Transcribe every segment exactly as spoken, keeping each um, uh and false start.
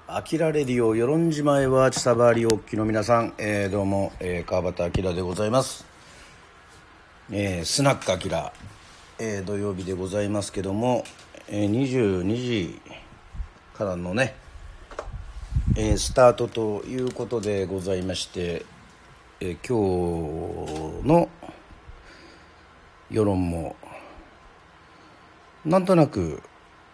あきらレディオ与論島へはちさばりおっきの皆さん、えー、どうも、えー、川端明でございます。えー、スナックあきら、えー、土曜日でございますけども、えー、にじゅうにじからのね、えー、スタートということでございまして、えー、今日の世論もなんとなく、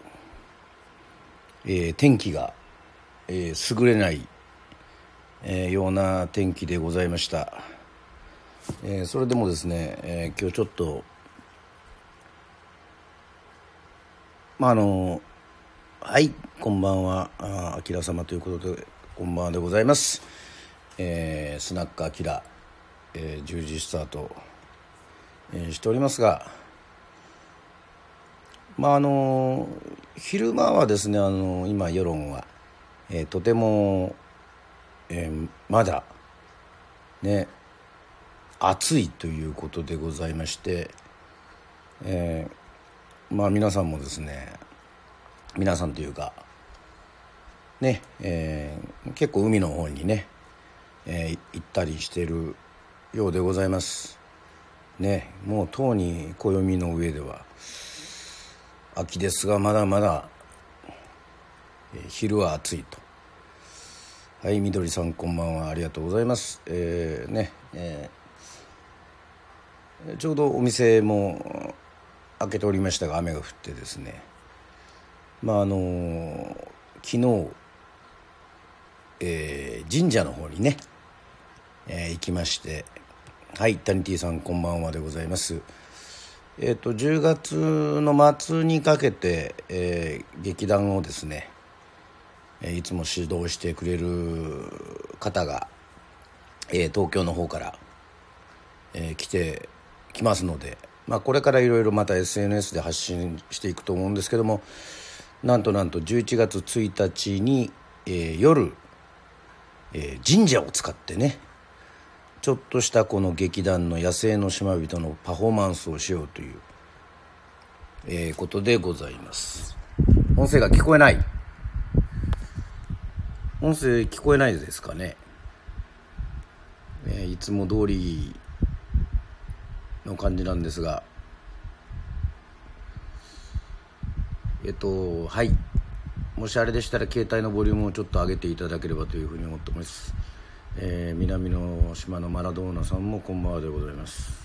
えー、天気が、えー、優れない、えー、ような天気でございました。えー、それでもですね、えー、今日ちょっとまああのはいこんばんは、あきら様ということでこんばんはでございます。えー、スナックあきら、えー、じゅうじスタート、えー、しておりますが、まああの昼間はですね、あの今世論は、えー、とても、えー、まだね暑いということでございまして、えー、まあ皆さんもですね、皆さんというかね、えー、結構海の方にね、えー、行ったりしているようでございますね。もうとうに暦の上では秋ですが、まだまだ、えー、昼は暑いと。はい、みどりさんこんばんは、ありがとうございます。えー、ね、えー、ちょうどお店も開けておりましたが、雨が降ってですね、まああのー、昨日、えー、神社の方にね、えー、行きまして、はい、タニティさんこんばんはでございます。えっとじゅうがつの末にかけて、えー、劇団をですね、えー、いつも指導してくれる方が、えー、東京の方から、えー、来てきますので、まあ、これからいろいろまた エスエヌエス で発信していくと思うんですけども、なんとなんとじゅういちがつついたちに、えー、夜、えー、神社を使ってね、ちょっとしたこの劇団の野生の島人のパフォーマンスをしようという、えー、ことでございます。音声が聞こえない。音声聞こえないですかね。えー、いつも通りの感じなんですが、えっとはいもしあれでしたら携帯のボリュームをちょっと上げていただければというふうに思っております。えー、南の島のマラドーナさんもこんばんはでございます。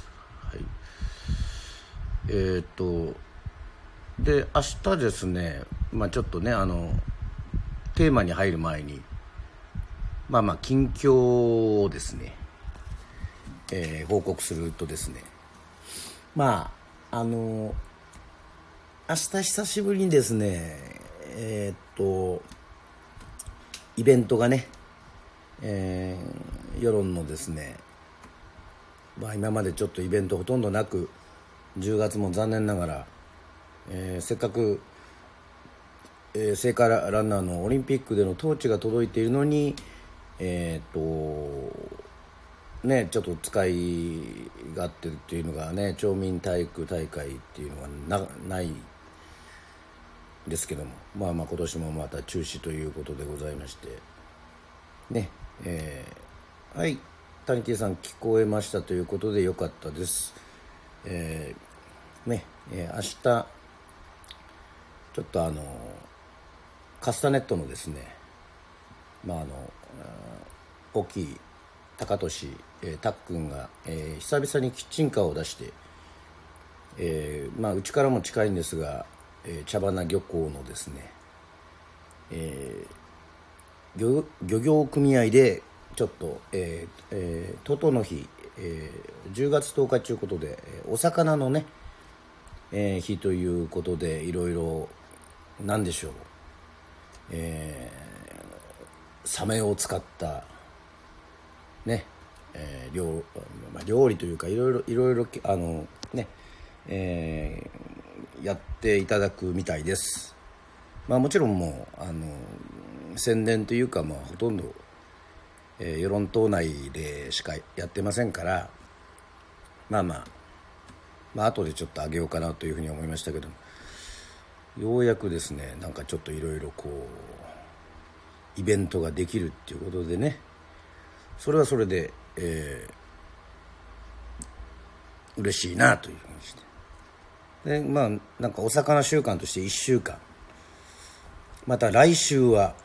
はい、えー、っとで明日ですね、まあちょっとね、あのテーマに入る前に、まあまあ近況をですね、えー、報告するとですね、まああの明日久しぶりにですね、えー、っとイベントがね、えー、世論のですね、まあ今までちょっとイベントほとんどなく、じゅうがつも残念ながら、えー、せっかく、えー、聖火ランナーのオリンピックでのトーチが届いているのに、えー、っとねちょっと使い勝手っていうのがね、町民体育大会っていうのが な, ないですけども、まあまあ今年もまた中止ということでございましてね、えー、はい、谷木さん聞こえましたということでよかったです。えー、ね、えー、明日ちょっとあのカスタネットのですね、まああの大きい高俊、えー、たっくんが、えー、久々にキッチンカーを出して、えー、まあうちからも近いんですが、えー、茶花漁港のですね、えー、漁, 漁業組合でちょっと、えーえー、トトの日、えー、じゅうがつとおかということで、お魚のね、えー、日ということでいろいろなんでしょう、えー、サメを使ったね、えー 料, まあ、料理というかいろいろいろいろあのね、えー、やっていただくみたいです。まあもちろんもうあの宣伝というか、まあほとんど、えー、世論党内でしかやってませんから、まあまあまあ後でちょっと上げようかなというふうに思いましたけど、ようやくですね、なんかちょっといろいろこイベントができるっていうことでね、それはそれで、えー、嬉しいなというふうにして、でまあなんかお魚週間としていっしゅうかん、また来週は、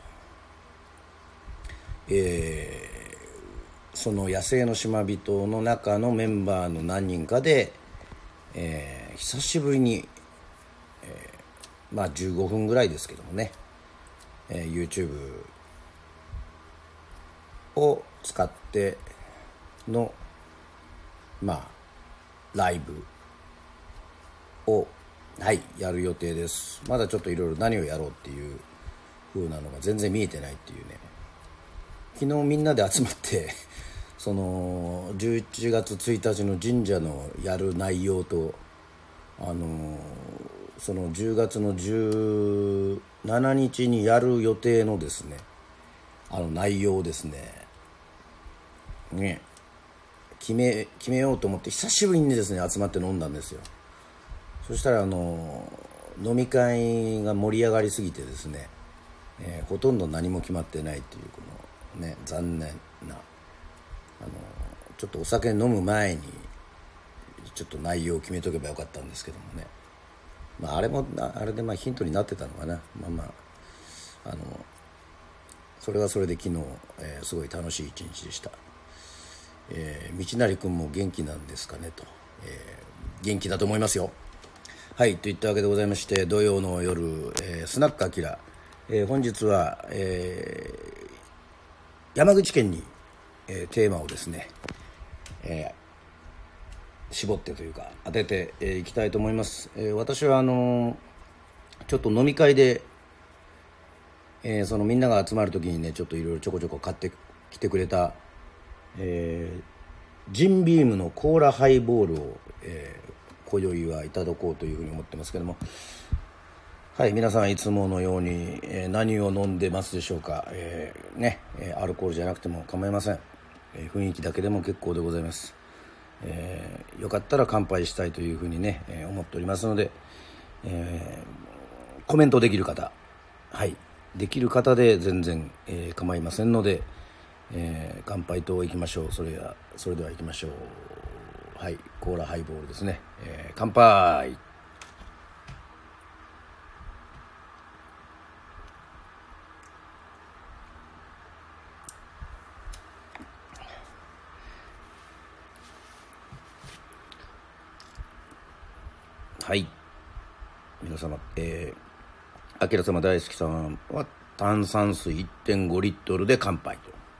えー、その野生の島人の中のメンバーの何人かで、えー、久しぶりに、えー、まあじゅうごふんぐらいですけどもね、えー、YouTube を使ってのまあライブをはいやる予定です。まだちょっといろいろ何をやろうっていう風なのが全然見えてないっていうね。昨日みんなで集まってそのじゅういちがつついたちの神社のやる内容と、あのそのじゅうがつのじゅうしちにちにやる予定のですね、あの内容をですねね決め決めようと思って久しぶりにですね集まって飲んだんですよ。そしたらあの飲み会が盛り上がりすぎてですね、えー、ほとんど何も決まってないというこのね残念な、あのちょっとお酒飲む前にちょっと内容を決めとけばよかったんですけどもね、まあ、あれもあれでまあヒントになってたのかな。まあまああのそれはそれで昨日、えー、すごい楽しい一日でした。えー、道成君も元気なんですかねと、えー、元気だと思いますよ。はいといったわけでございまして、土曜の夜、えー、スナックアキラ、えー、本日は、えー、山口県に、えー、テーマをですね、えー、絞ってというか当ててい、えー、きたいと思います。えー、私はあのー、ちょっと飲み会で、えー、そのみんなが集まる時にねちょっといろいろちょこちょこ買ってきてくれた、えー、ジンビームのコーラハイボールを、えー今宵はいただこうというふうに思ってますけども、はい皆さんいつものように、えー、何を飲んでますでしょうか。えー、ね、えー、アルコールじゃなくても構いません。えー、雰囲気だけでも結構でございます。えー、よかったら乾杯したいというふうにね、えー、思っておりますので、えー、コメントできる方、はいできる方で全然、えー、構いませんので、えー、乾杯といきましょう。それはそれではいきましょう。はいコーラハイボールですね、えー、乾杯。はい皆様、えー、あきら様大好きさんは炭酸水 いってんごリットルで乾杯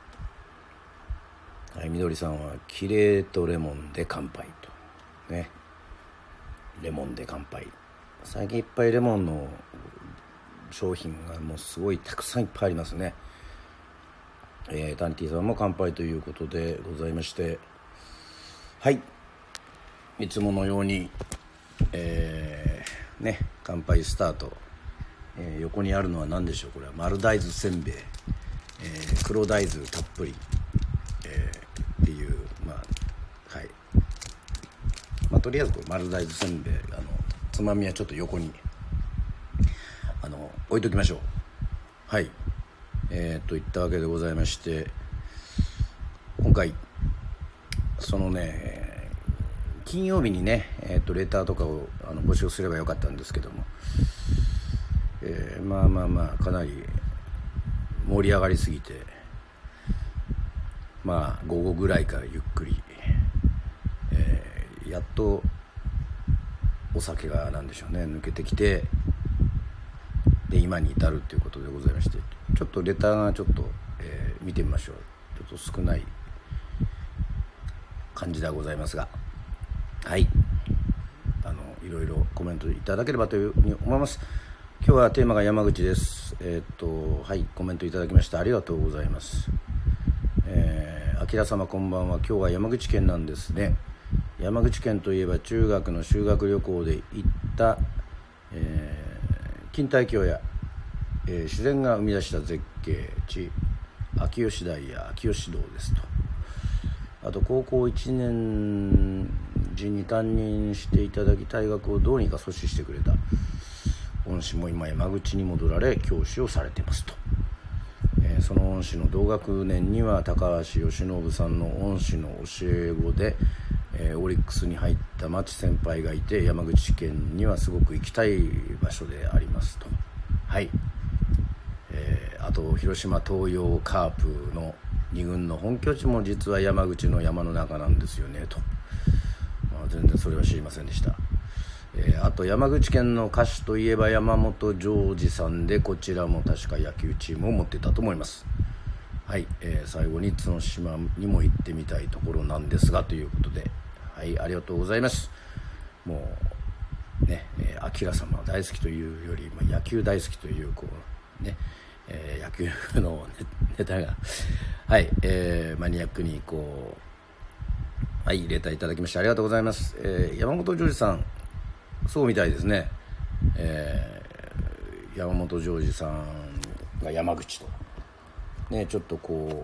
と、はい、みどりさんはキレートレモンで乾杯とね、レモンで乾杯。最近いっぱいレモンの商品がもうすごいたくさんいっぱいありますね。えー、タンティさんも乾杯ということでございまして、はいいつものように、えー、ね乾杯スタート、えー、横にあるのは何でしょう。これは丸大豆せんべい、えー、黒大豆たっぷり、えー、っていうまあはいまあとりあえずこれ丸大豆せんべい、あのつまみはちょっと横にあの置いときましょう。はいえー、といったわけでございまして、今回そのね金曜日にね、えー、とレターとかをあの募集すればよかったんですけども、えー、まあまあまあかなり盛り上がりすぎて、まあ午後ぐらいからゆっくり、えー、やっとお酒がなんでしょうね抜けてきて、で今に至るということでございまして、ちょっとレターがちょっと、えー、見てみましょう。ちょっと少ない感じではございますが、はいあのいろいろコメントいただければというふうに思います。今日はテーマが山口です。えー、っとはいコメントいただきましてありがとうございます。えー、あきら様こんばんは。今日は山口県なんですね。山口県といえば中学の修学旅行で行った、えー、錦帯橋や、えー、自然が生み出した絶景地秋吉台や秋吉堂ですと、あと高校いちねん時に担任していただき退学をどうにか阻止してくれた恩師も今山口に戻られ教師をされていますと、えー、 ー、その恩師の同学年には高橋由伸さんの恩師の教え子で、えー、オリックスに入った町先輩がいて、山口県にはすごく行きたい場所でありますと。はい、えー、あと広島東洋カープのに軍の本拠地も実は山口の山の中なんですよねと、まあ、全然それは知りませんでした。えー、あと山口県の歌手といえば山本譲二さんで、こちらも確か野球チームを持っていたと思います。はい、えー、最後に角島にも行ってみたいところなんですがということで、はい、ありがとうございます。もうね、えー、アキラ様大好きというより、まあ、野球大好きというこうね、えー、野球のネタがはい、えー、マニアックにこうはいレターいただきましてありがとうございます。えー、山本譲二さんそうみたいですね。えー、山本譲二さんが山口とね、ちょっとこ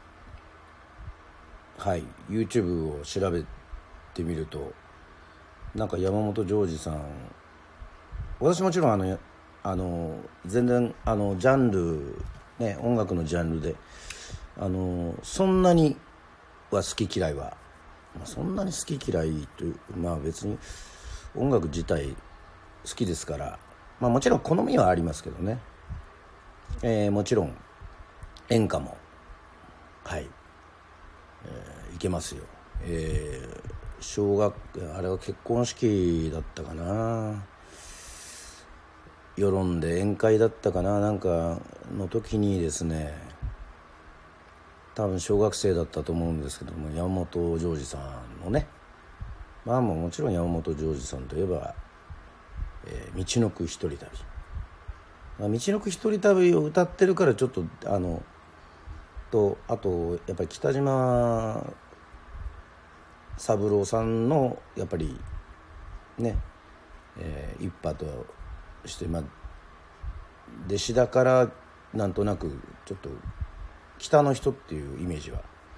うはい YouTube を調べてみると、なんか山本譲二さん、私もちろんあのあの全然あのジャンルね、音楽のジャンルであのそんなには好き嫌いは、まあ、そんなに好き嫌いという、まあ別に音楽自体好きですから、まあ、もちろん好みはありますけどね、えー、もちろん演歌もはい、えー、いけますよ。えー、小学あれは結婚式だったかな、世論で宴会だったかな、なんかの時にですね、多分小学生だったと思うんですけども、山本譲二さんのね、まあもうもちろん山本譲二さんといえば、えー、道のく一人旅、まあ、道のく一人旅を歌ってるからちょっとあのとあとやっぱり北島三郎さんのやっぱりね、えー、一派として、まあ、弟子だからなんとなくちょっと北の人っていうイメージは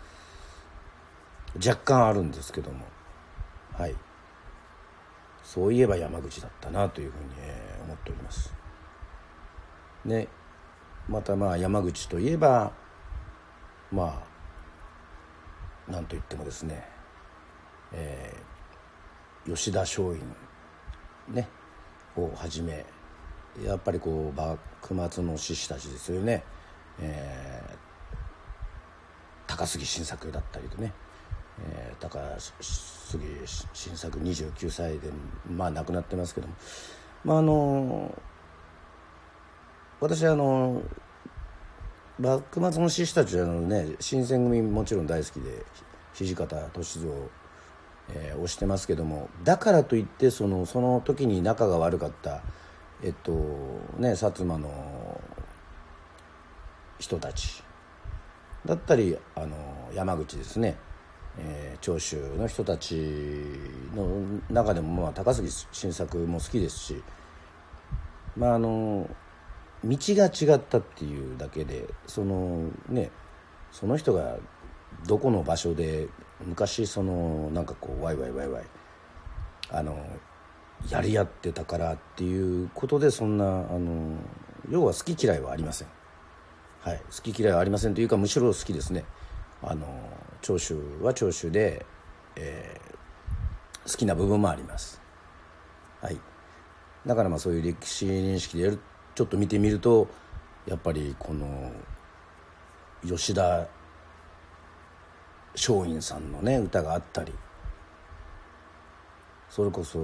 若干あるんですけども、はい、そういえば山口だったなというふうに、えー、思っておりますね。またまあ山口といえばまあなんといってもですね、えー、吉田松陰ねをはじめ、やっぱりこう幕末の志士たちですよね、えー、高杉晋作だったりとね、えー、高杉晋作にじゅうきゅうさいでまあ亡くなってますけども、まああの私あの幕末の志士たちはのね、新選組もちろん大好きで土方歳三、えー、をしてますけども、だからといってそのその時に仲が悪かったえっとね薩摩の人たちだったり、あの山口ですね、えー、長州の人たちの中でも、まあ、高杉晋作も好きですし、まああの道が違ったっていうだけで、そのねその人がどこの場所で昔そのなんかこうワイワイワイワイあのやり合ってたからっていうことで、そんなあの要は好き嫌いはありません。はい、好き嫌いはありませんというか、むしろ好きですね。あの長州は長州で、えー、好きな部分もあります。はい、だからまあそういう歴史認識でやるちょっと見てみると、やっぱりこの吉田松陰さんのね歌があったり、それこそ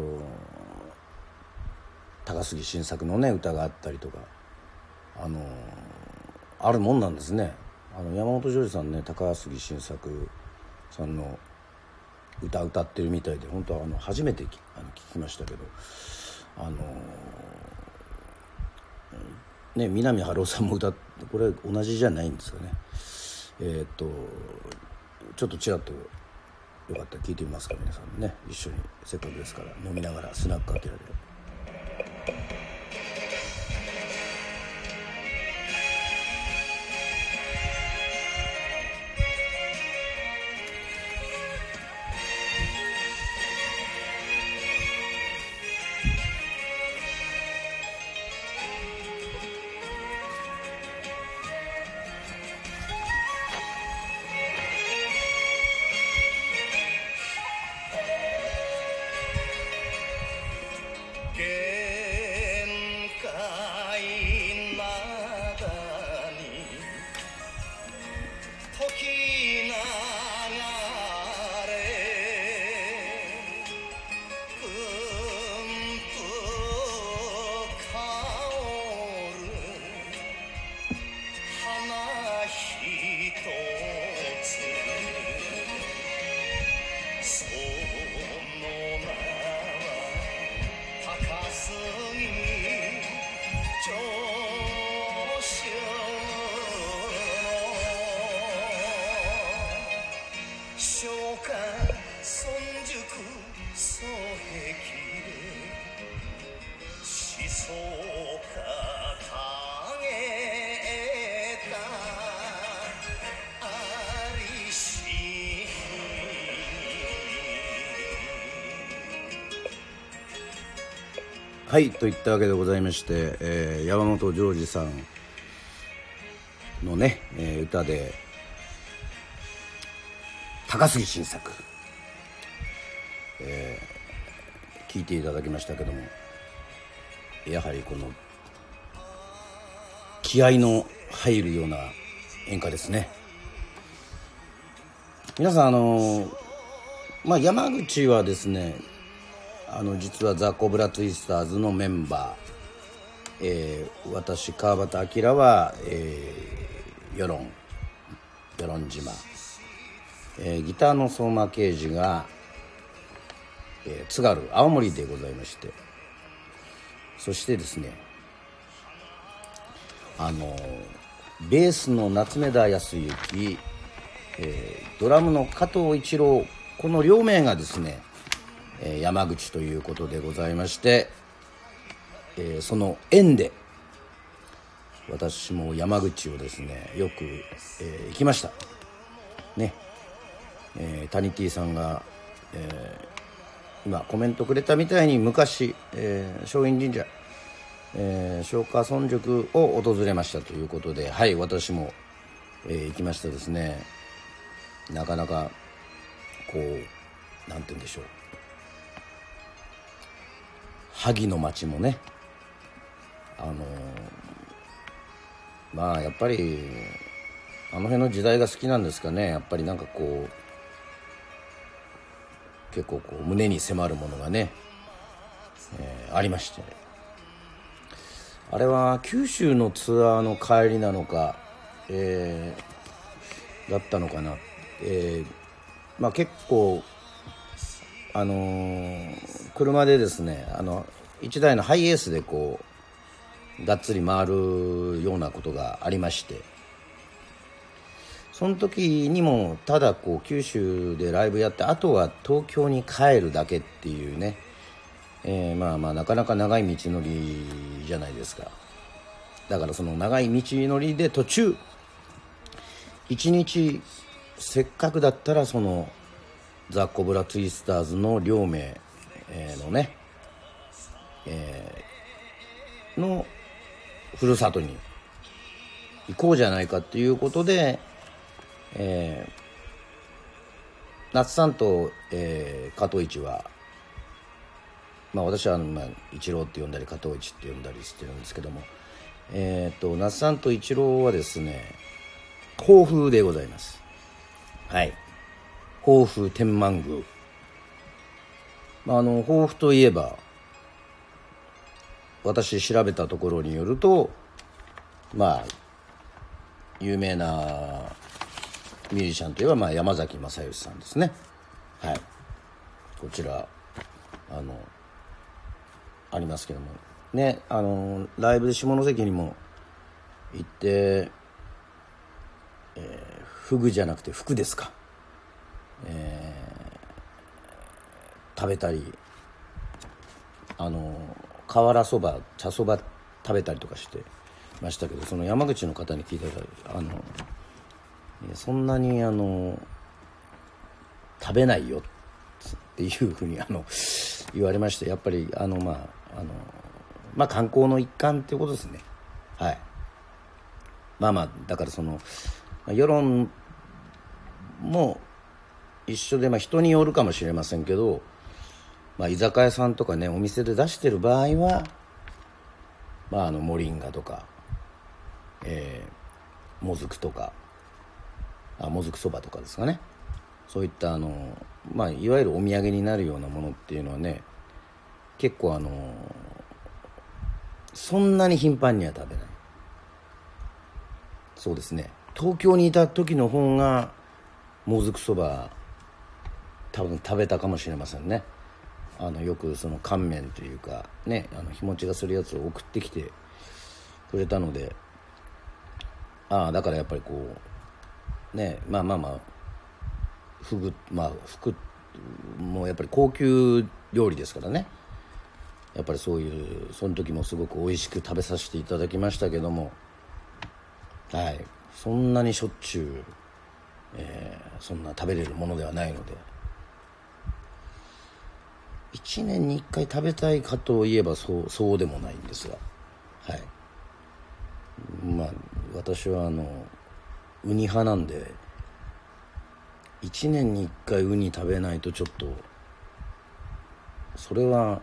高杉晋作のね歌があったりとか、あのあるもんなんですね。あの山本譲二さんね、高杉晋作さんの歌歌ってるみたいで、本当はあの初めてあの聞きましたけど、あのね、南春夫さんも歌って、これ同じじゃないんですかね。えー、っとちょっとちらっとよかったら聞いてみますか、皆さんね、一緒に、せっかくですから飲みながらスナックアキラで。 はいといったわけでございまして、えー、山本譲二さんのね、えー、歌で高杉晋作、えー、聞いていただきましたけども、やはりこの気合の入るような演歌ですね。皆さんあのまあ山口はですね、あの実はザ・コブラツイスターズのメンバー、えー、私川端明は、えー、与論与論島、えー、ギターの相馬啓二が、えー、津軽青森でございまして、そしてですね、あのベースの夏目田康之、えー、ドラムの加藤一郎、この両名がですね、えー、山口ということでございまして、えー、その縁で私も山口をですねよく、えー、行きましたね。えー、タニティさんが、えー、今コメントくれたみたいに昔、えー、松陰神社、えー、松下村塾を訪れましたということで、はい私も、えー、行きましたですね。なかなかこうなんて言うんでしょう、萩の町もね、あのー、まあやっぱりあの辺の時代が好きなんですかね。やっぱりなんかこう結構こう胸に迫るものがね、えー、ありまして、あれは九州のツアーの帰りなのか、えー、だったのかな、えー、まあ結構あのー、車でですね、あの一台のハイエースでこうがっつり回るようなことがありまして、その時にもただこう九州でライブやってあとは東京に帰るだけっていうね、えー、まあまあなかなか長い道のりじゃないですか。だからその長い道のりで途中一日せっかくだったらそのザ・コブラツイスターズの両名のね、えー、のふるさとに行こうじゃないかっていうことで、えー、夏さんと、えー、加藤一は、まあ私は、まあ、一郎って呼んだり加藤一って呼んだりしてるんですけども、えー、と夏さんと一郎はですね甲府でございます。はい、甲府天満宮、まあ、あの甲府といえば私調べたところによると、まあ有名なミュージシャンといえば、まあ、山崎正義さんですね。はい、こちらあのありますけどもね、あのライブで下関にも行って、えー、フグじゃなくて服ですか、えー、食べたり、あの瓦そば茶そば食べたりとかしてましたけど、その山口の方に聞いたら、あのそんなにあの食べないよっていうふうにあの言われまして、やっぱりあのまああのまあ観光の一環っていうことですね。はい、まあまあだからその世論も一緒で、まあ人によるかもしれませんけど、まあ居酒屋さんとかねお店で出してる場合は、まああのモリンガとか、えー、もずくとか、あもずくそばとかですかね、そういったあのまあいわゆるお土産になるようなものっていうのはね、結構あのそんなに頻繁には食べない。そうですね、東京にいた時の方がもずくそば多分食べたかもしれませんね。あのよくその乾麺というかね、あの日持ちがするやつを送ってきてくれたので、ああだからやっぱりこうね、まあまあまあフグ、まあ服もやっぱり高級料理ですからね、やっぱりそういうその時もすごく美味しく食べさせていただきましたけども、はい、そんなにしょっちゅう、えー、そんな食べれるものではないので、 いちねんにいっかい食べたいかといえばそう、そうでもないんですが、はい、まあ私はあのウニ派なんで、いちねんにいっかいウニ食べないとちょっとそれは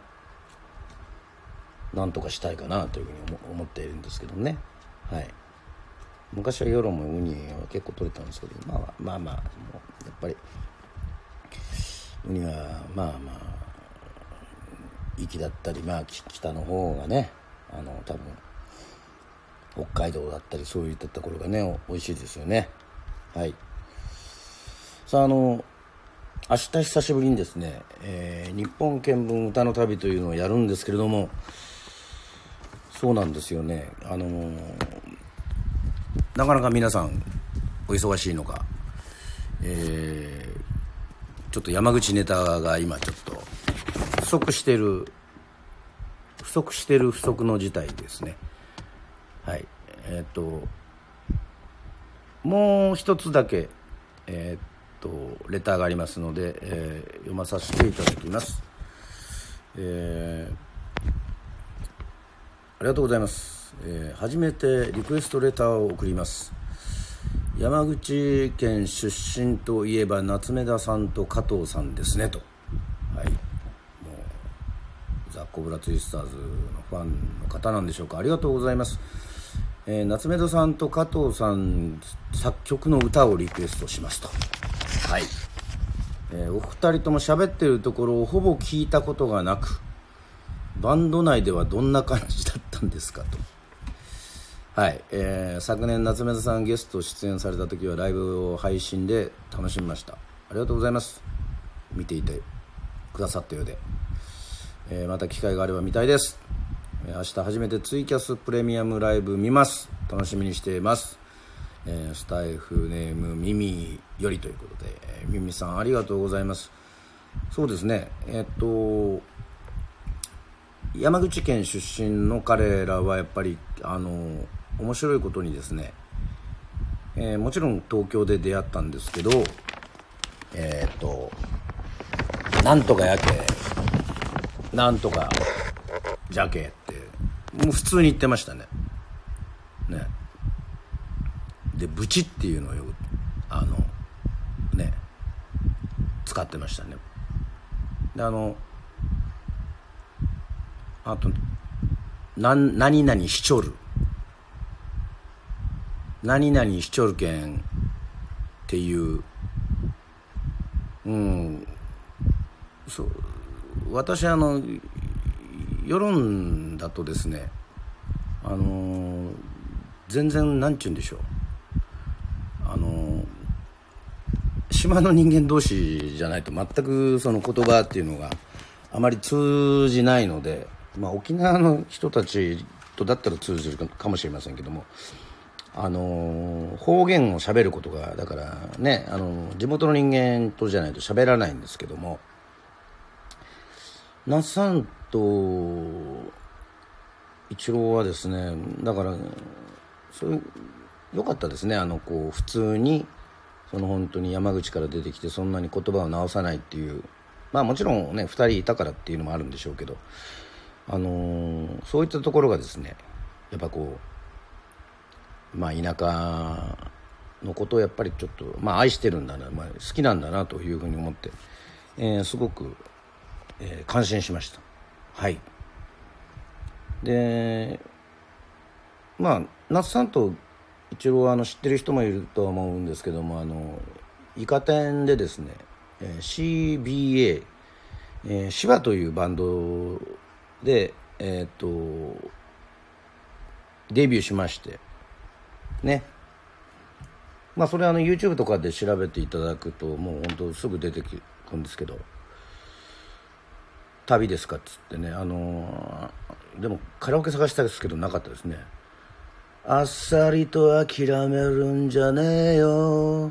なんとかしたいかなというふうに思っているんですけどね。はい、昔は夜もウニは結構取れたんですけど、今はまあまあもうやっぱりウニはまあまあ壱岐だったり、まあ北の方がね、あの多分北海道だったりそういったところがね美味しいですよね。はい。さあ、あの明日久しぶりにですね、えー、日本見聞歌の旅というのをやるんですけれども、そうなんですよね、あのー、なかなか皆さんお忙しいのか、えー、ちょっと山口ネタが今ちょっと不足してる不足してる不足の事態ですね。はい。えっともう一つだけえー、っとレターがありますので、えー、読まさせていただきます。えー、ありがとうございます。えー、初めてリクエストレターを送ります。山口県出身といえば夏目田さんと加藤さんですねと。はい。もうザ・コブラツイスターズのファンの方なんでしょうか。ありがとうございます。えー、夏目田さんと加藤さん作曲の歌をリクエストしますと。はい。えー、お二人とも喋ってるところをほぼ聞いたことがなく、バンド内ではどんな感じだったんですかと。はい、えー、昨年夏目田さんゲスト出演された時はライブを配信で楽しみました。ありがとうございます。見ていてくださったようで、えー、また機会があれば見たいです。明日初めてツイキャスプレミアムライブ見ます。楽しみにしています。えー、スタイフネームミミよりということで、えー、ミミさんありがとうございます。そうですね、えー、っと山口県出身の彼らはやっぱりあの面白いことにですね、えー、もちろん東京で出会ったんですけど、えー、っとなんとかやけなんとかじゃけってもう普通に言ってましたね。ねでブチっていうのをよくあのね使ってましたね。であのあとな何々しちょる何々しちょるけんっていううんそう私あの世論だとですね、あのー、全然なんちゅうんでしょう、あのー、島の人間同士じゃないと全くその言葉っていうのがあまり通じないので、まあ、沖縄の人たちとだったら通じるかもしれませんけども、あのー、方言を喋ることがだからね、あのー、地元の人間とじゃないと喋らないんですけども、那須さんと一郎はですね、だからそういう良かったですね。あのこう普通にその本当に山口から出てきてそんなに言葉を直さないっていう、まあもちろんねふたりいたからっていうのもあるんでしょうけど、あのー、そういったところがですね、やっぱこうまあ田舎のことをやっぱりちょっとまあ愛してるんだな、まあ、好きなんだなというふうに思って、えー、すごく、えー、感心しました。はい。でまあ那須さんと一応あの知ってる人もいるとは思うんですけども、あのイカ天でですね、えー、シービーエー、えー、シバというバンドでえー、っとデビューしましてね、まあそれはあの YouTube とかで調べていただくともう本当すぐ出てくるんですけど、旅ですかっつってね、あのー、でもカラオケ探したんですけどなかったですね。あっさりと諦めるんじゃねえよ、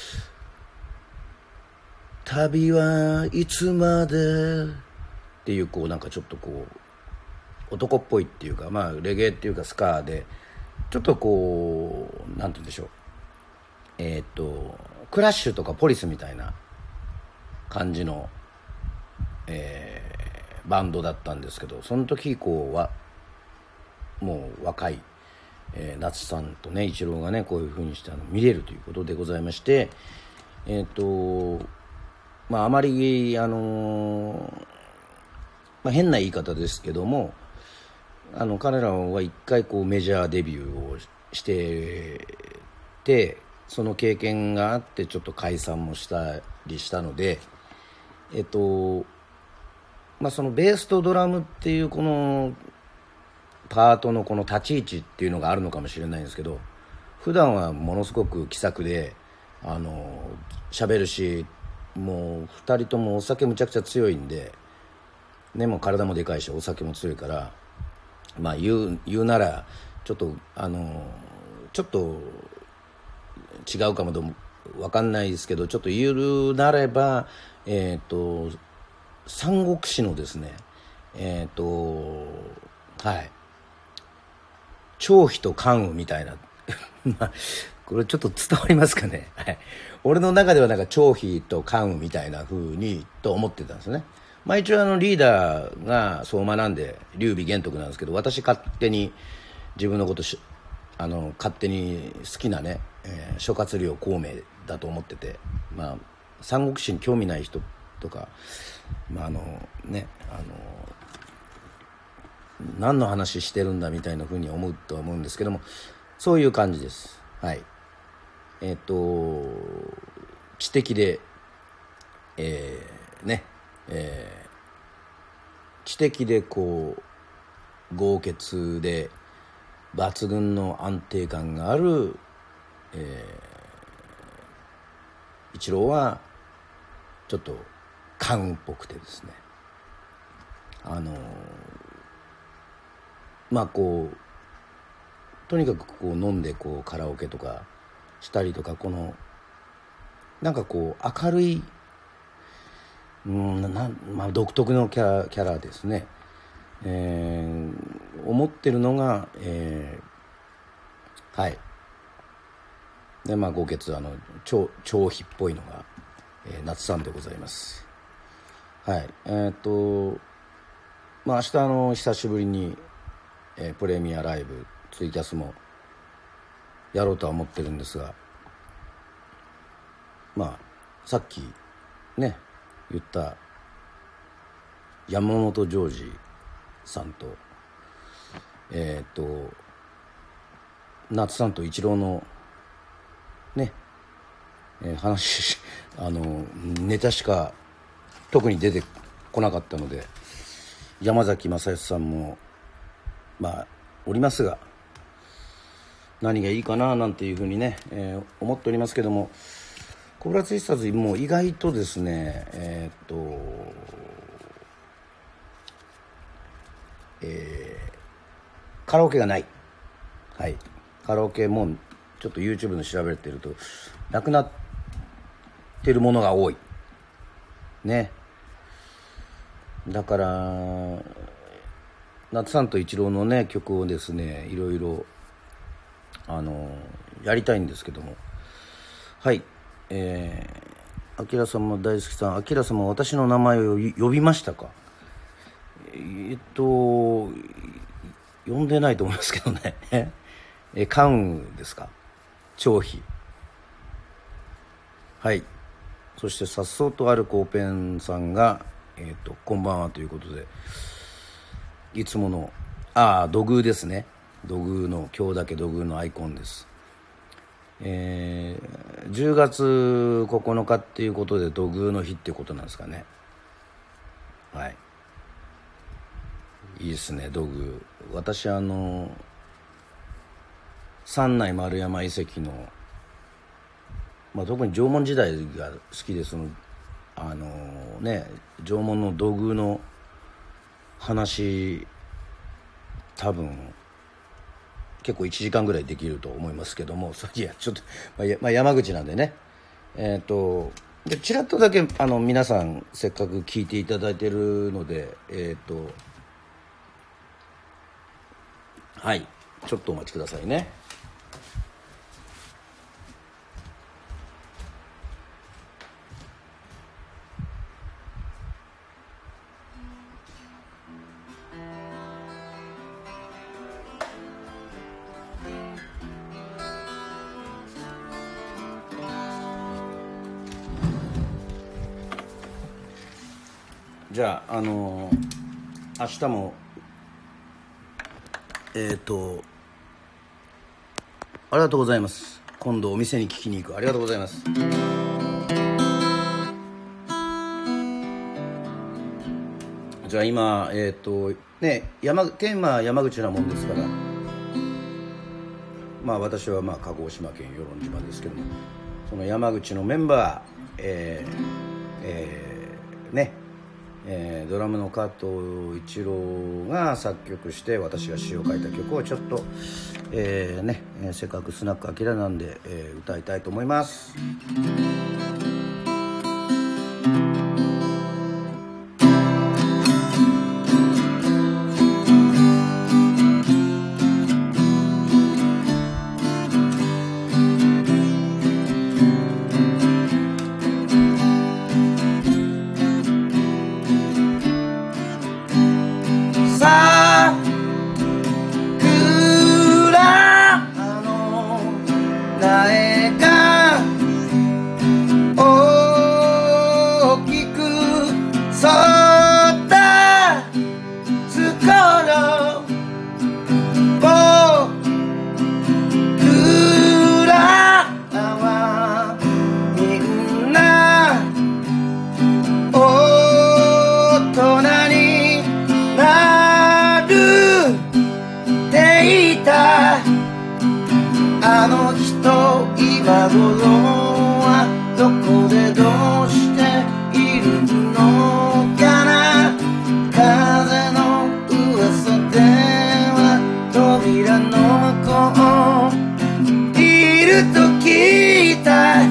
旅はいつまでっていうこうなんかちょっとこう男っぽいっていうか、まあレゲエっていうかスカーでちょっとこうなんて言うんでしょう、えー、っとクラッシュとかポリスみたいな感じの、えバンドだったんですけど、その時以降はもう若い、えー、夏さんとね一郎がねこういう風にしてあの見れるということでございまして、えっ、ー、とまああまりあのーまあ、変な言い方ですけども、あの彼らは一回こうメジャーデビューをしてて、その経験があってちょっと解散もしたりしたので、えっとまあそのベースとドラムっていうこのパートのこの立ち位置っていうのがあるのかもしれないんですけど、普段はものすごく気さくであの喋るし、もうふたりともお酒むちゃくちゃ強いんでね、もう体もでかいしお酒も強いから、まあ言う言うならちょっとあのちょっと違うかもと分かんないですけど、ちょっと言うなればえっ、ー、と三国志のですね、えっ、ー、とはい張飛と関羽みたいなまあこれちょっと伝わりますかね、はい、俺の中ではなんか張飛と関羽みたいな風にと思ってたんですね。まあ一応あのリーダーが相馬なんで劉備玄徳なんですけど、私勝手に自分のことしあの勝手に好きなね、えー、諸葛亮孔明だと思ってて、まあ三国志に興味ない人とか、まああのねあの何の話してるんだみたいな風に思うとは思うんですけども、そういう感じです。はい。えっ、ー、と知的で、えー、ね、えー、知的でこう豪傑で抜群の安定感がある、えー、一郎はちょっと関羽っぽくてですね、あのー、まあこうとにかくこう飲んでこうカラオケとかしたりとか、このなんかこう明るい、うんな、まあ、独特のキャラ、キャラですね、えー、思ってるのが、えー、はいでまあ豪傑あの超超飛っぽいのが、えー、夏さんでございます。はいえー、っとまあ明日あの久しぶりに、えー、プレミアライブツイキャスもやろうとは思ってるんですが、まあさっきね言った山本譲二さんとえー、っと夏さんと一郎のね、えー、話あのネタしか特に出てこなかったので、山崎正義さんもまあおりますが何がいいかななんていうふうにね、えー、思っておりますけども、コブラツイスターズも意外とですねえー、っとえー、カラオケがない。はい、カラオケもちょっと YouTube の調べてるとなくなってるものが多いね。だから夏さんと一郎のね曲をですねいろいろあのやりたいんですけども、はいえー、アキラさんも大好きさん、アキラさんも私の名前を呼びましたか？えっと呼んでないと思いますけどねえ関羽ですか？張飛。はい。そしてさっそうとあるコーペンさんがえっ、ー、とこんばんはということで、いつものああ土偶ですね、土偶の今日だけ土偶のアイコンです。えー、じゅうがつここのかっていうことで土偶の日っていうことなんですかね。はいいいですね土偶。私あの三内丸山遺跡の、まあ、特に縄文時代が好きで、そのあのね縄文の土偶の話多分結構いちじかんぐらいできると思いますけども、いやちょっと、まあまあ、山口なんでねえっ、ー、とでちらっとだけあの皆さんせっかく聞いていただいてるのでえっ、ー、とはいちょっとお待ちくださいね。 じゃああのー、明日もえっ、ー、とありがとうございます。今度お店に聞きに行く。ありがとうございます。じゃあ今えっ、ー、とね山テーマは山口なもんですから、まあ私はまあ鹿児島県与論島ですけども、その山口のメンバー、えーえー、ね、えー、ドラムの加藤一郎が作曲して私が詩を書いた曲をちょっと、えーね、せっかくスナックアキラなんで、えー、歌いたいと思います。 あの人今頃はどこでどうしているのかな。風の噂では扉の向こういると聞いた。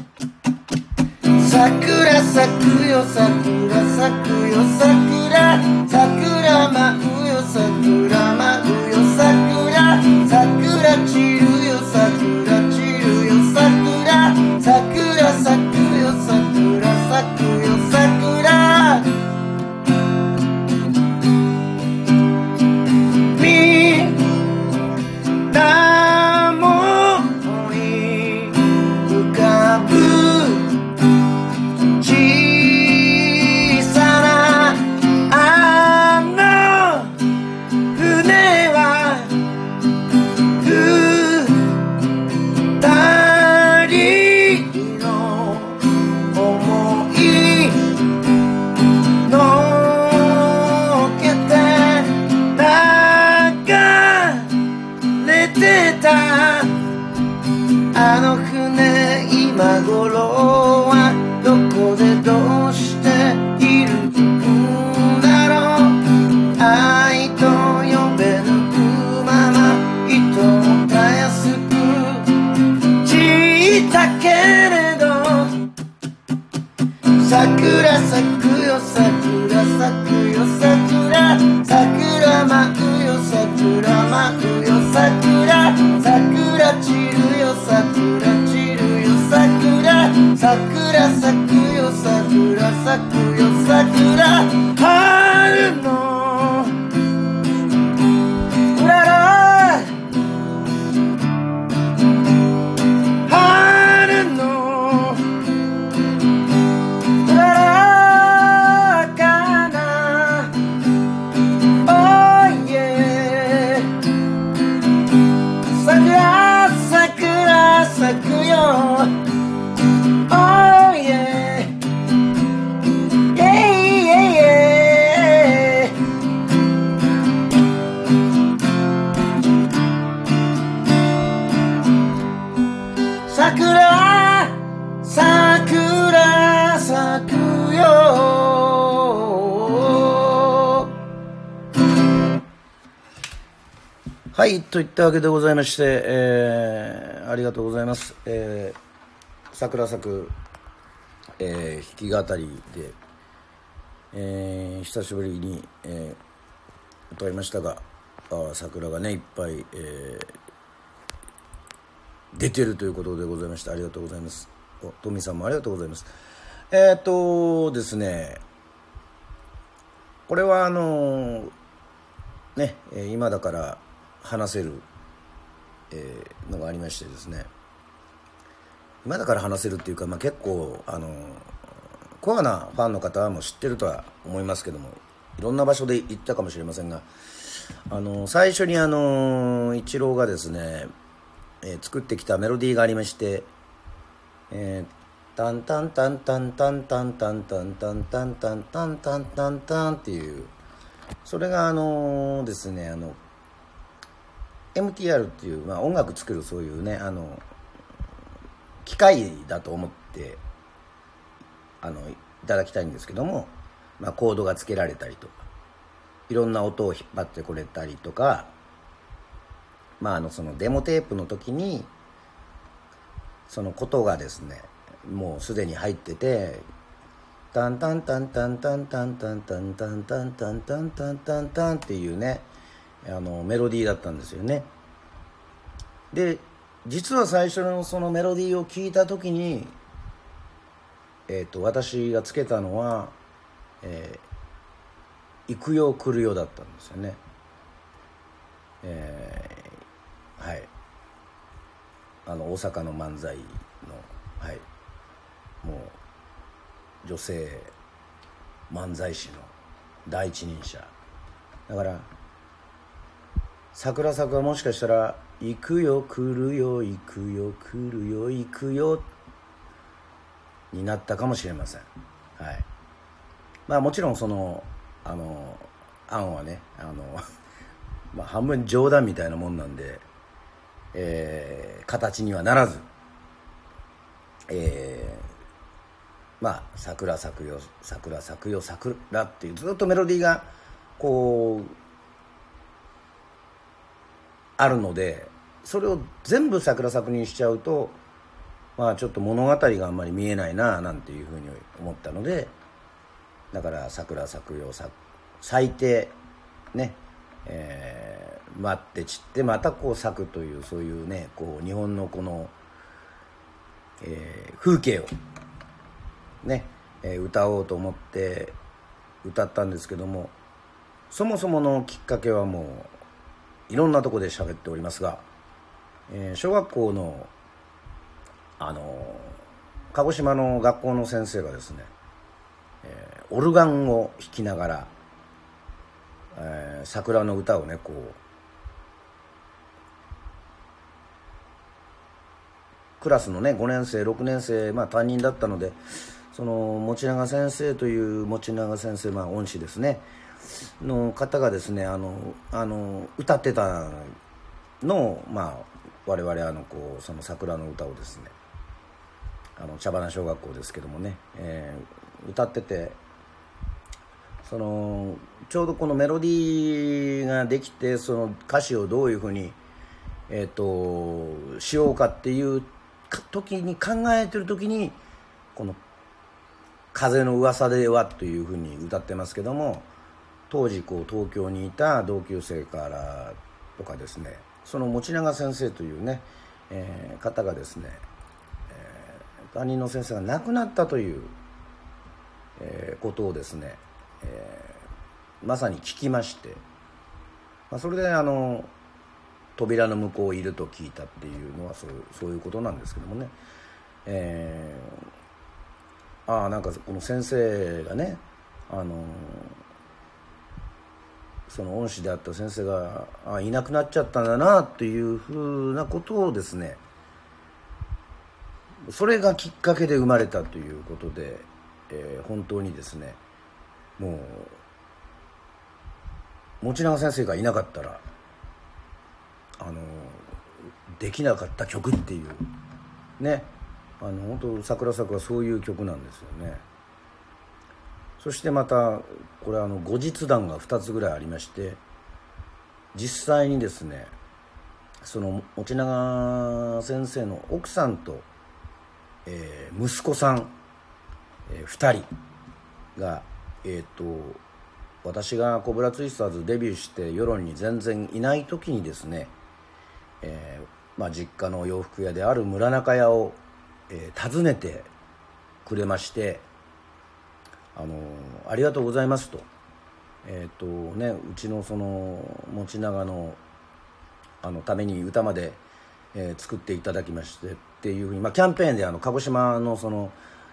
桜咲くよ桜咲くよ桜桜舞うよ桜舞うよ桜桜散るよ桜散るよ桜桜咲くよ桜咲くよ桜みんなもに浮かぶ小さなあの船は二人の想い乗っけて流れてた。あの船今頃はどこでどうしているんだろう。愛と呼べぬまま糸をたやすく散ったけれど桜咲くよ桜咲くよ桜桜舞うよ桜舞うよ桜桜散るよ桜散るよ桜桜咲くよ桜咲くよ桜春のうらら春のうららかな Oh yeah 桜桜咲くよOh yeah Yeah yeah yeah 桜桜咲くよ。 はいといったわけでございまして、えー、ありがとうございます。えー、桜咲く、えー、弾き語りで、えー、久しぶりに、えー、歌いましたが、あ桜がねいっぱい、えー、出てるということでございまして、ありがとうございます。おトミさんもありがとうございます。えっとですねこれはあのね今だから話せる、えー、のがありましてですね、今だから話せるっていうか、まあ、結構あのコアなファンの方はもう知ってるとは思いますけども、いろんな場所で行ったかもしれませんが、あの最初にあのイチローがですね、えー、作ってきたメロディーがありまして、えー、タンタンタンタンタンタンタンタンタンタンタンタンタンタンタンっていう、それがあのですね、あの エムティーアール っていう、まあ、音楽作るそういうね、あの機械だと思ってあのいただきたいんですけども、まあ、コードがつけられたりとか、いろんな音を引っ張ってこれたりとか、まあ、あのそのデモテープの時にそのことがですね、もうすでに入ってて、タンタンタンタンタンタンタンタンタンタンタンタンタンタンタンっていうね、あのメロディーだったんですよね。で、実は最初のそのメロディーを聞いた時に、えーと、私がつけたのは、えー、行くよ来るよだったんですよね。えー、はい、あの大阪の漫才の、はい、もう女性漫才師の第一人者だから、桜咲はもしかしたら行くよ来るよ行くよ来るよ行くよになったかもしれません。はい。まあもちろんそのあの案はね、あのまあ半分冗談みたいなもんなんで、えー、形にはならず、えー、まあ桜咲くよ桜咲くよ桜っていうずっとメロディーがこうあるので、それを全部桜咲くにしちゃうと、まあちょっと物語があんまり見えないななんていうふうに思ったので、だから桜咲くよ咲いてね、えー、待って散ってまたこう咲くという、そういうね、こう日本のこの、えー、風景をね、えー、歌おうと思って歌ったんですけども、そもそものきっかけはもういろんなとこで喋っておりますが、えー、小学校のあのー、鹿児島の学校の先生がですね、えー、オルガンを弾きながら、えー、桜の歌をね、こうクラスのねごねん生ろくねん生、まあ担任だったので、その持永先生という持永先生、まあ恩師ですねの方がですね、あのあの歌ってたのを、まあ我々あのこうその桜の歌をですね、あの茶花小学校ですけどもね、えー、歌ってて、そのちょうどこのメロディーができて、その歌詞をどういうふうに、えー、としようかっていう時に考えてる時に、この風の噂ではというふうに歌ってますけども、当時こう東京にいた同級生からとかですね、その持永先生というね、えー、方がですね、えー、担任の先生が亡くなったという、えー、ことをですね、えー、まさに聞きまして、まあ、それであの扉の向こういると聞いたっていうのはそう、そういうことなんですけどもね、えー、ああなんかこの先生がね、あのその恩師であった先生があいなくなっちゃったんだなっていうふうなことをですね、それがきっかけで生まれたということで、えー、本当にですね、もう持永先生がいなかったらあのできなかった曲っていうね、あの本当桜咲くはそういう曲なんですよね。そしてまたこれあの後日談がふたつぐらいありまして、実際にですね、その持永先生の奥さんと、えー、息子さん、えー、ふたりが、えー、と私がコブラツイスターズデビューして世論に全然いない時にですね、えーまあ、実家の洋服屋である村中屋を、えー、訪ねてくれまして、あのー、ありがとうございますと、えーとね、うちのその持永のあのために歌まで、えー、作っていただきましてっていうふうに、まあ、キャンペーンであの鹿児島のその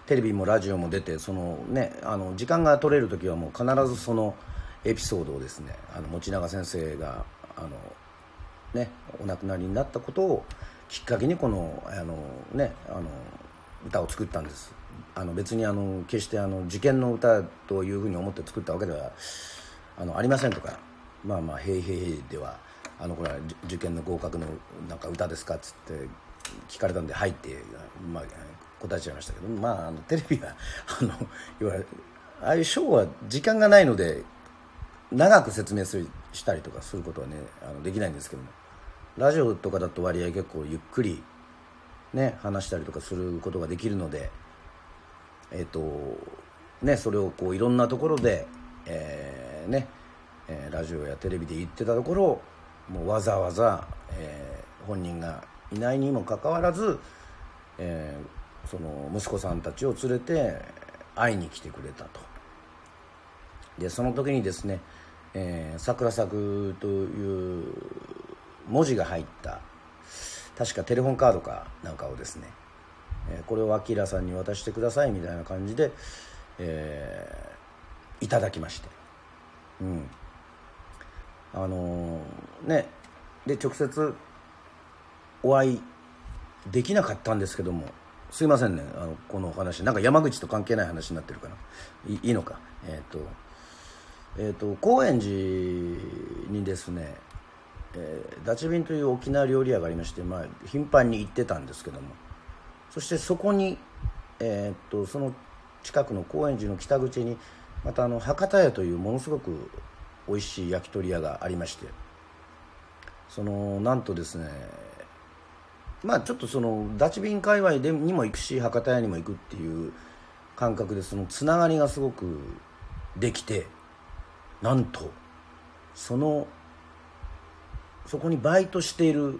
テレビもラジオも出て、そのね、あの時間が取れる時はもう必ずそのエピソードをですね、あの持永先生があの、ね、お亡くなりになったことをきっかけにこの、あの、ね、あの歌を作ったんです。あの別にあの決してあの受験の歌というふうに思って作ったわけではあのありませんとか、まあまあ「へいへいへい」ではあのこれは受験の合格のなんか歌ですかっつって聞かれたんで「はい」って、まあ、答えちゃいましたけど、まああのテレビはあのいわゆるああいうショーは時間がないので長く説明するしたりとかすることはねあのできないんですけども、ラジオとかだと割合結構ゆっくりね話したりとかすることができるので、えっとねそれをこういろんなところで、えー、ね、えー、ラジオやテレビで言ってたところもうわざわざ、えー、本人がいないにもかかわらず、えー、その息子さんたちを連れて会いに来てくれたと。でその時にですね、えー、桜作という文字が入った確かテレホンカードかなんかをですね、えー、これをアキラさんに渡してくださいみたいな感じで、えー、いただきまして、うんあのー、ねで直接お会いできなかったんですけども、すいませんね、あのこの話なんか山口と関係ない話になってるかな、 い, いいのかえっ、ー、とえーと高円寺にですね、えー、ダチビンという沖縄料理屋がありまして、まあ、頻繁に行ってたんですけども、そしてそこに、えー、とその近くの高円寺の北口にまたあの博多屋というものすごく美味しい焼き鳥屋がありまして、そのなんとですね、まあちょっとそのダチビン界隈でにも行くし博多屋にも行くっていう感覚でそのつながりがすごくできて、なんとそのそこにバイトしている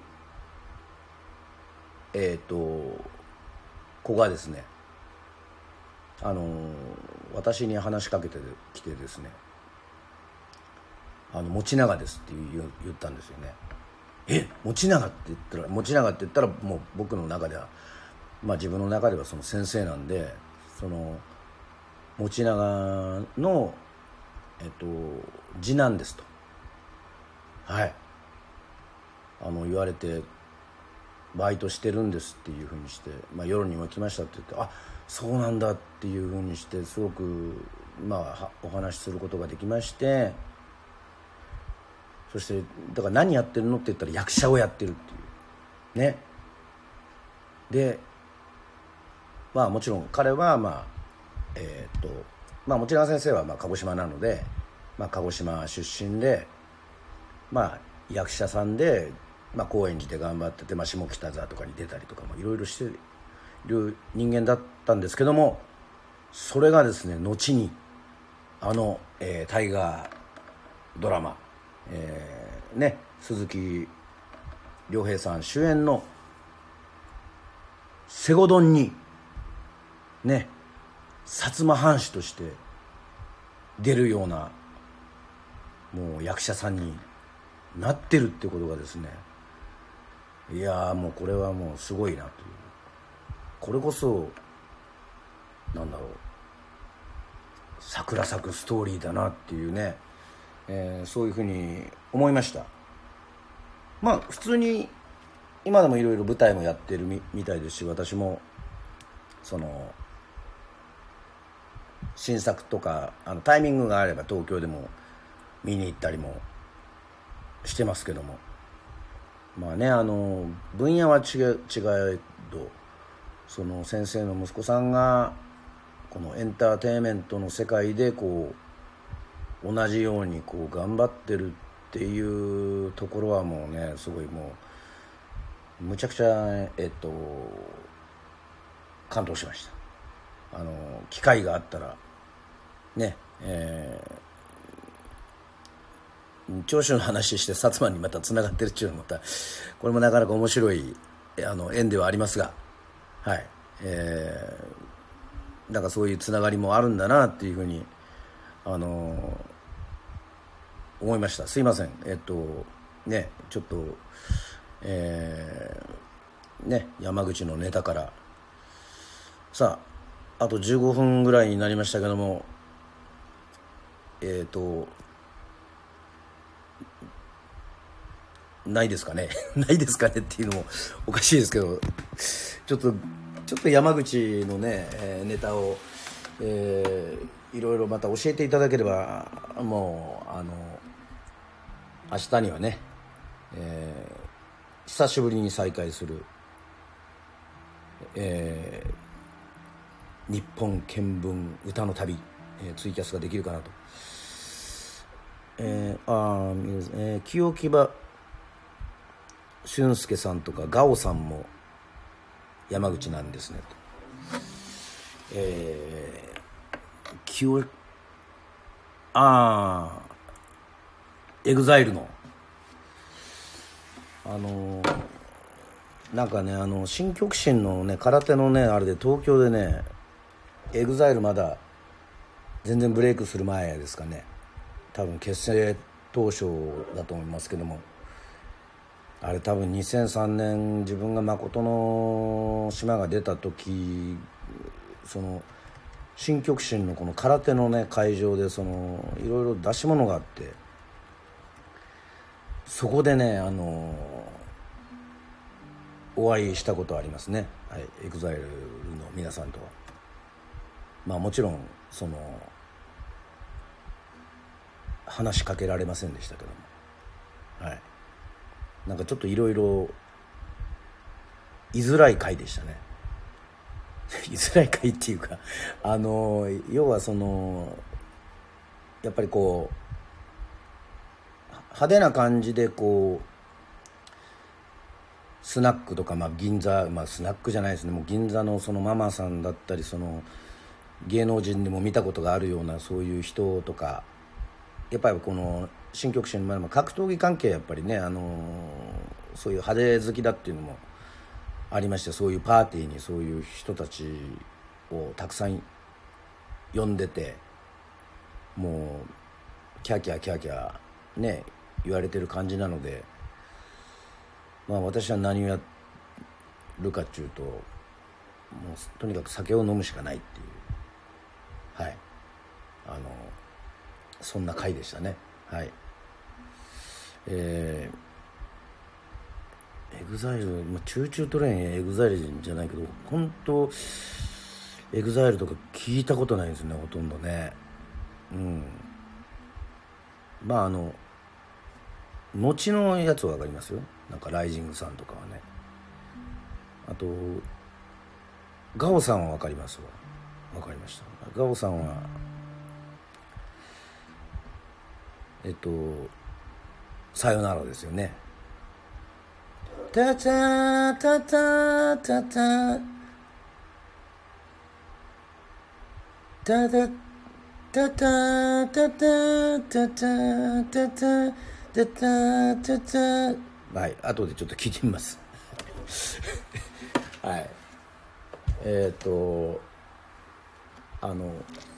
えっと子がですね、あの私に話しかけてきてですね、あの持永ですって言ったんですよね。え持永って言ったら持永って言ったらもう僕の中ではまあ自分の中ではその先生なんで、その持永のえっと次男ですと、はいあの言われて、バイトしてるんですっていうふうにして、まあ、夜にも来ましたって言って、あそうなんだっていうふうにしてすごくまあお話しすることができまして、そしてだから何やってるのって言ったら役者をやってるっていうね。でまあもちろん彼はまあえー、っとまあ持永先生はまあ鹿児島なので、まあ、鹿児島出身でまあ役者さんで、まあ、高円寺で頑張ってて、まあ、下北沢とかに出たりとかもいろいろしている人間だったんですけども、それがですね後にあの、えー、大河ドラマ、えー、ね鈴木亮平さん主演の「西郷どん」にね薩摩藩士として出るようなもう役者さんになってるってことがですね、いやーもうこれはもうすごいなという、これこそなんだろう桜咲くストーリーだなっていうね、えー、そういうふうに思いました。まあ普通に今でもいろいろ舞台もやってる み, みたいですし、私もその新作とかあのタイミングがあれば東京でも見に行ったりもしてますけども、まあねあの分野は違う違えど、その先生の息子さんがこのエンターテインメントの世界でこう同じようにこう頑張ってるっていうところはもうねすごいもうむちゃくちゃえっと感動しました。あの機会があったらねえー、長州の話して薩摩にまたつながってるっていうのはまたこれもなかなか面白いあの縁ではありますが、はい、えー、なんかそういうつながりもあるんだなっていうふうにあのー、思いました。すいませんえっとねちょっとえー、ね山口のネタからさああとじゅうごふんぐらいになりましたけども、えっとないですかねないですかねっていうのもおかしいですけど、ちょっとちょっと山口のね、えー、ネタを、えー、いろいろまた教えていただければ、もうあの明日にはね、えー、久しぶりに再会する、えー、日本見聞歌の旅、えー、ツイキャスができるかなと。えー、あー、えー、清木場俊介さんとかガオさんも山口なんですねと。えー、清ああエグザイルのあのー、なんかね、あの新極真のね空手のねあれで東京でね、エグザイルまだ全然ブレイクする前ですかね、多分結成当初だと思いますけども、あれ多分にせんさんねん自分が誠の島が出た時、その新極真のこの空手のね会場でそのいろいろ出し物があって、そこでねあのお会いしたことありますね。はい、エグザイルの皆さんとは。まあもちろんその話しかけられませんでしたけども、はい、なんかちょっといろいろ居づらい会でしたね居づらい会っていうか、あの要はそのやっぱりこう派手な感じでこうスナックとか、まあ銀座、まあスナックじゃないですね、もう銀座のそのママさんだったり、その芸能人でも見たことがあるようなそういう人とか、やっぱりこの新極真の前も格闘技関係やっぱりね、あのそういう派手好きだっていうのもありまして、そういうパーティーにそういう人たちをたくさん呼んでて、もうキャーキャーキャーキャーね言われてる感じなので、まあ私は何をやるかっていうと、もうとにかく酒を飲むしかないっていう、はい、あのそんな回でしたね。はい。えー、エグザイル、まあ、チューチュートレインエグザイルじゃないけど、本当エグザイルとか聞いたことないですね、ほとんどね。うん。まああの後のやつは分かりますよ。なんかライジングさんとかはね。あとガオさんは分かりますわ。分かりました。ガオさんはえっとさよならですよね。タタタタタタタタタタタタタタタタタタタ、はい、後でちょっと聞いてみますはい、えっとあの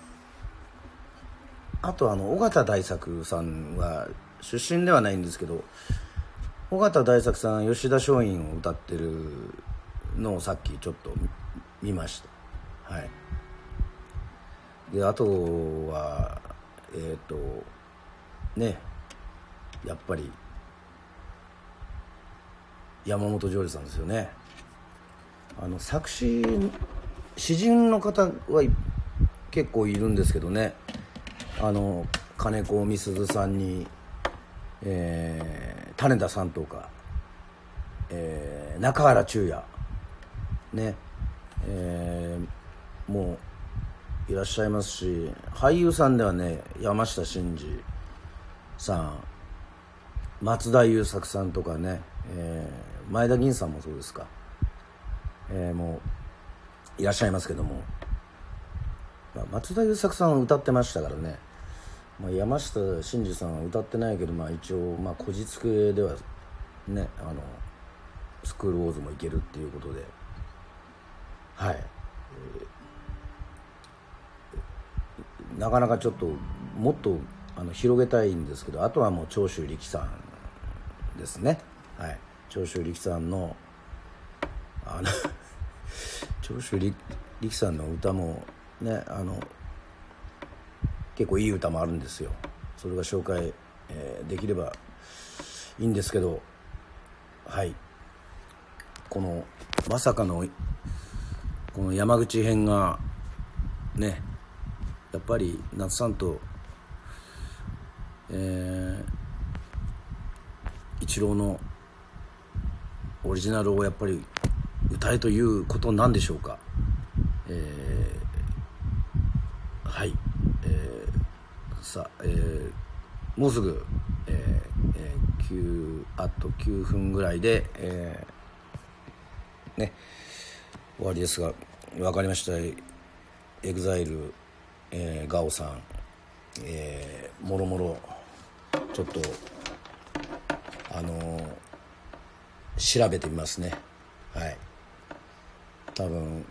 あとあの尾形大作さんは出身ではないんですけど、尾形大作さん吉田松陰を歌ってるのをさっきちょっと見ました。はい。であとはえっとねやっぱり山本譲二さんですよね。あの作詞詩人の方は結構いるんですけどね、あの金子みすずさんに、えー、種田さんとか、えー、中原中也ね、えー、もういらっしゃいますし、俳優さんではね山下真司さん、松田優作さんとかね、えー、前田銀さんもそうですか、えー、もういらっしゃいますけども、まあ、松田優作さんは歌ってましたからね、まあ、山下真司さんは歌ってないけど、まあ、一応まあこじつけではね、あのスクールウォーズもいけるっていうことで、はい、えー、なかなかちょっともっとあの広げたいんですけど、あとはもう長州力さんですね。はい、長州力さんのあの長州力力さんの歌もね、あの結構いい歌もあるんですよ。それが紹介、えー、できればいいんですけど、はい、このまさかのこの山口編がね、やっぱり夏さんと、えー、一郎のオリジナルをやっぱり歌えということなんでしょうか。えー、はい、えー、さあ、えー、もうすぐ、えーえー、きゅうあときゅうふんぐらいで、えー、ね終わりですが、分かりました。エグザイル、えー、ガオさん、えー、もろもろちょっとあのー、調べてみますね。はい、多分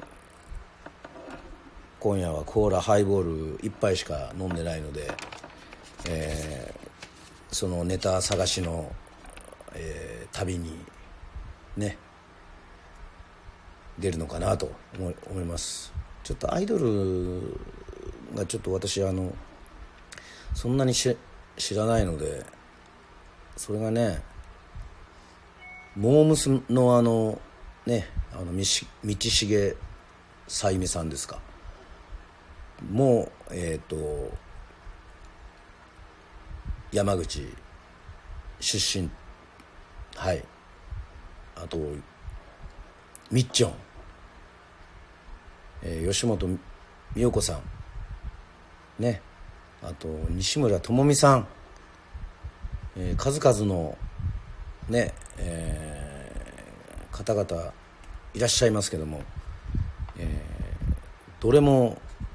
今夜はコーラハイボールいっぱいしか飲んでないので、えー、そのネタ探しの、えー、旅にね出るのかなと思い、思います。ちょっとアイドルがちょっと私あのそんなにし知らないので、それがねモームスのあのねあの道重さゆみさんですか、もうえっと山口出身、はい、あとみっちょん、えー、吉本美代子さんね、あと西村智美さん、えー、数々のね、えー、方々いらっしゃいますけども、えー、どれも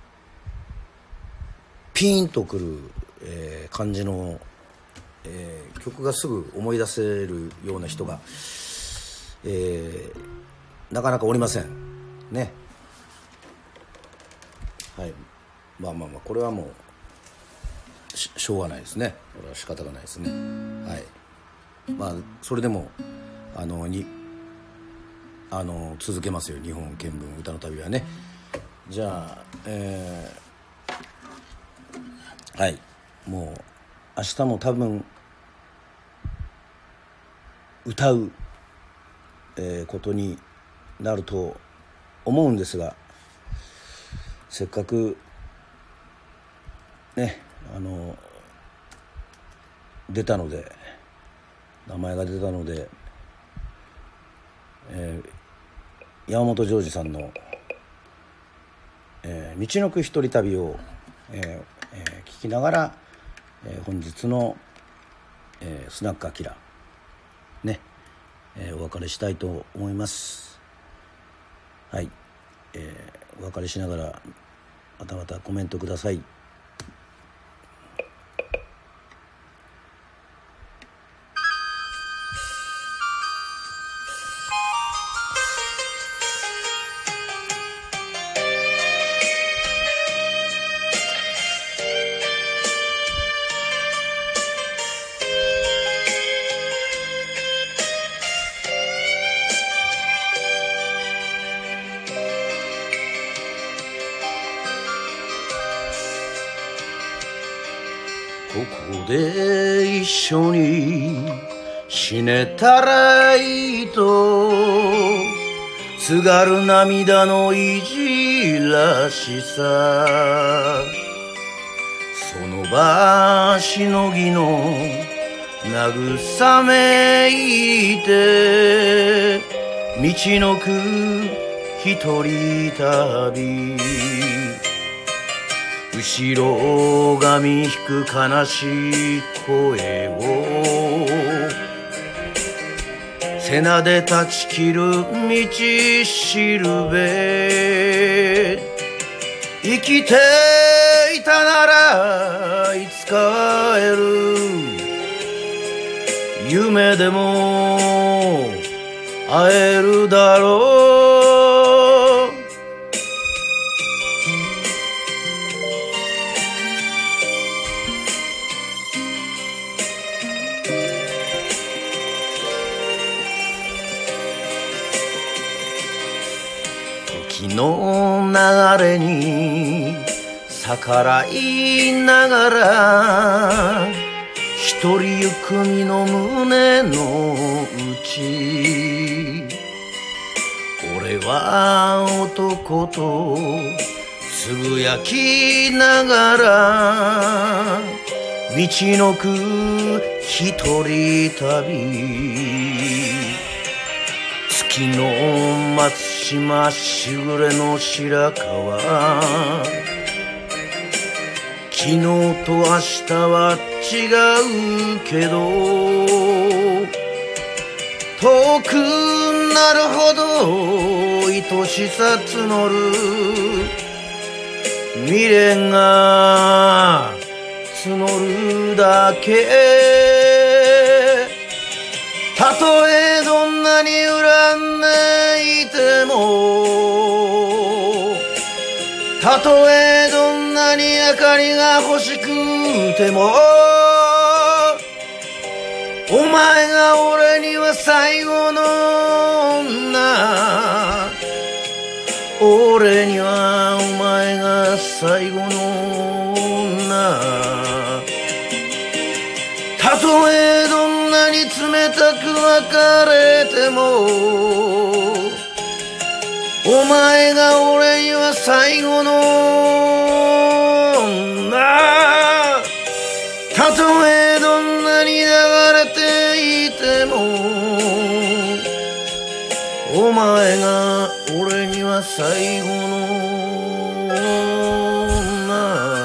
ピーンとくる、えー、感じの、えー、曲がすぐ思い出せるような人が、えー、なかなかおりませんね。はい、まあまあまあこれはもう し, しょうがないですね。これは仕方がないですね。はい、まあそれでもあのにあの続けますよ、日本見聞歌の旅はね。じゃあ、えー、はい、もう明日も多分歌う、えー、ことになると思うんですが、せっかくねあの出たので、名前が出たので、えー、山本譲二さんの、えー、道のく一人旅を、えーえー、聞きながら、えー、本日の、えー、スナックアキラね、えー、お別れしたいと思います。はい、えー、お別れしながらまたまたコメントください。ここで一緒に死ねたらいいと、すがる涙のいじらしさ、その場しのぎの慰めいて、道のく一人旅、後ろ髪引く悲しい声を背中で断ち切る道しるべ、生きていたならいつか会える、夢でも会えるだろう。 月の流れに逆らいながら一人行く身の胸の内、俺は男とつぶやきながら道のく一人旅、月の松島しぐれの白川、昨日と明日は違うけど遠くなるほど愛しさ募る、未練が募るだけ、たとえどんなに恨んでいても、たとえどんなに明かりが欲しくても、お前が俺には最後の女、俺にはお前が最後の女、たとえどんなに冷たく別れても、お前が俺には最後の女、たとえどんなに流れていても、お前が俺には最後の女。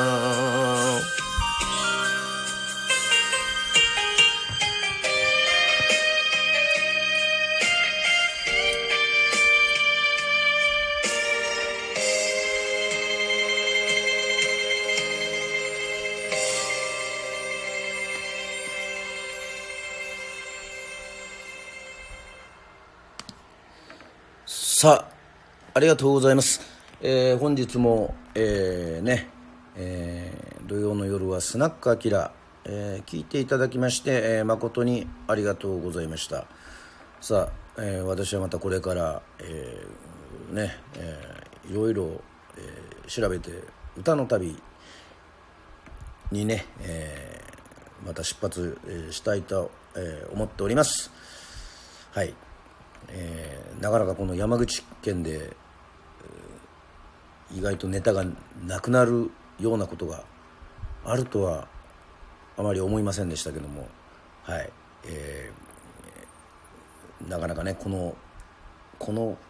さあ、ありがとうございます。えー、本日も、えー、ね、えー、土曜の夜はスナックアキラ、えー、聞いていただきまして、えー、誠にありがとうございました。さあ、えー、私はまたこれから、えー、ね、えー、いろいろ、えー、調べて歌の旅にね、えー、また出発、えー、したいと、えー、思っております。はい。えー、なかなかこの山口県で、えー、意外とネタがなくなるようなことがあるとはあまり思いませんでしたけども、はい、えー、なかなかねこのこの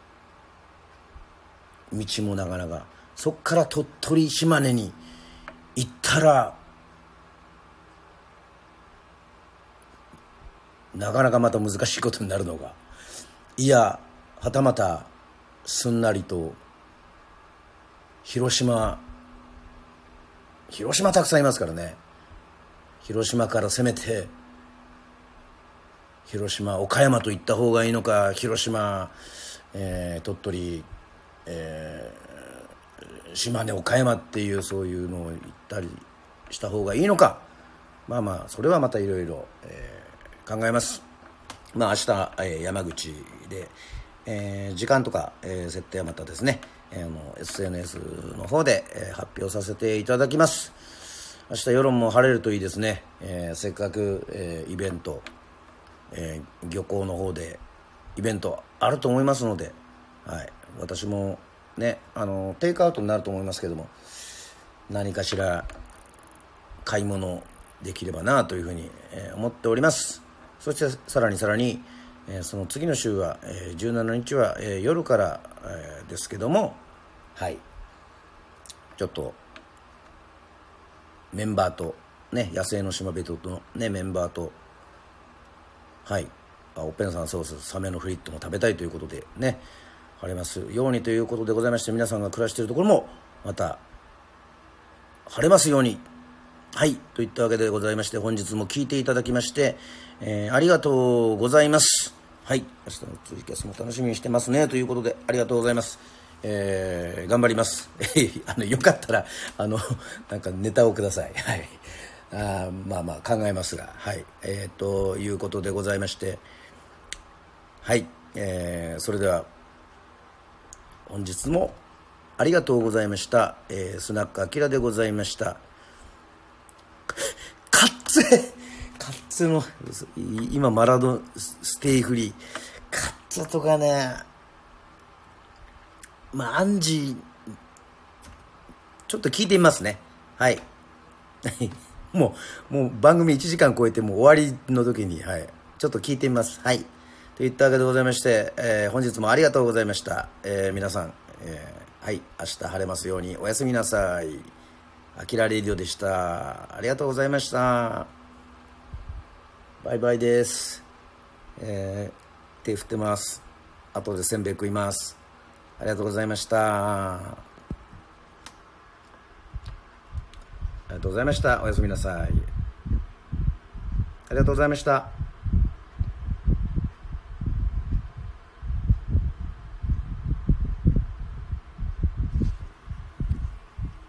道もなかなか、そっから鳥取島根に行ったらなかなかまた難しいことになるのが、いやはたまたすんなりと広島広島たくさんいますからね、広島から攻めて広島岡山と行った方がいいのか、広島、えー、鳥取、えー、島根岡山っていうそういうのを行ったりした方がいいのか、まあまあそれはまたいろいろ考えます。まあ明日、えー、山口で、えー、時間とか、えー、設定はまたですね、えー、あの エスエヌエス の方で、えー、発表させていただきます。明日世論も晴れるといいですね。えー、せっかく、えー、イベント、えー、漁港の方でイベントあると思いますので、はい、私もね、あのテイクアウトになると思いますけども、何かしら買い物できればなというふうに、えー、思っております。そしてさらにさらに、えー、その次の週は、えー、じゅうしちにちは、えー、夜から、えー、ですけども、はい、ちょっとメンバーとね、野生の島人のねメンバーと、はい、おっぺんさんソースサメのフリットも食べたいということでね、晴れますようにということでございまして、皆さんが暮らしているところもまた晴れますように、はいといったわけでございまして、本日も聞いていただきまして、えー、ありがとうございます。はい、明日のツイキャスも楽しみにしてますねということで、ありがとうございます。えー、頑張ります。あのよかったらあのなんかネタをください。はい、あまあまあ考えますが、はい、えー、ということでございまして、はい、えー、それでは本日もありがとうございました。えー、スナックあきらでございました。カッツェカッツェの今マラドステイフリーカッツェとかね、まあアンジーちょっと聞いてみますね。はいもうもう番組いちじかん超えてもう終わりの時に、はい、ちょっと聞いてみます。はい、といったわけでございまして、えー、本日もありがとうございました。えー、皆さん、えー、はい、明日晴れますように。おやすみなさい。あきらレディオでした。ありがとうございました。バイバイです。えー、手振ってます。後でせんべい食います。ありがとうございました。ありがとうございました。おやすみなさい。ありがとうございました。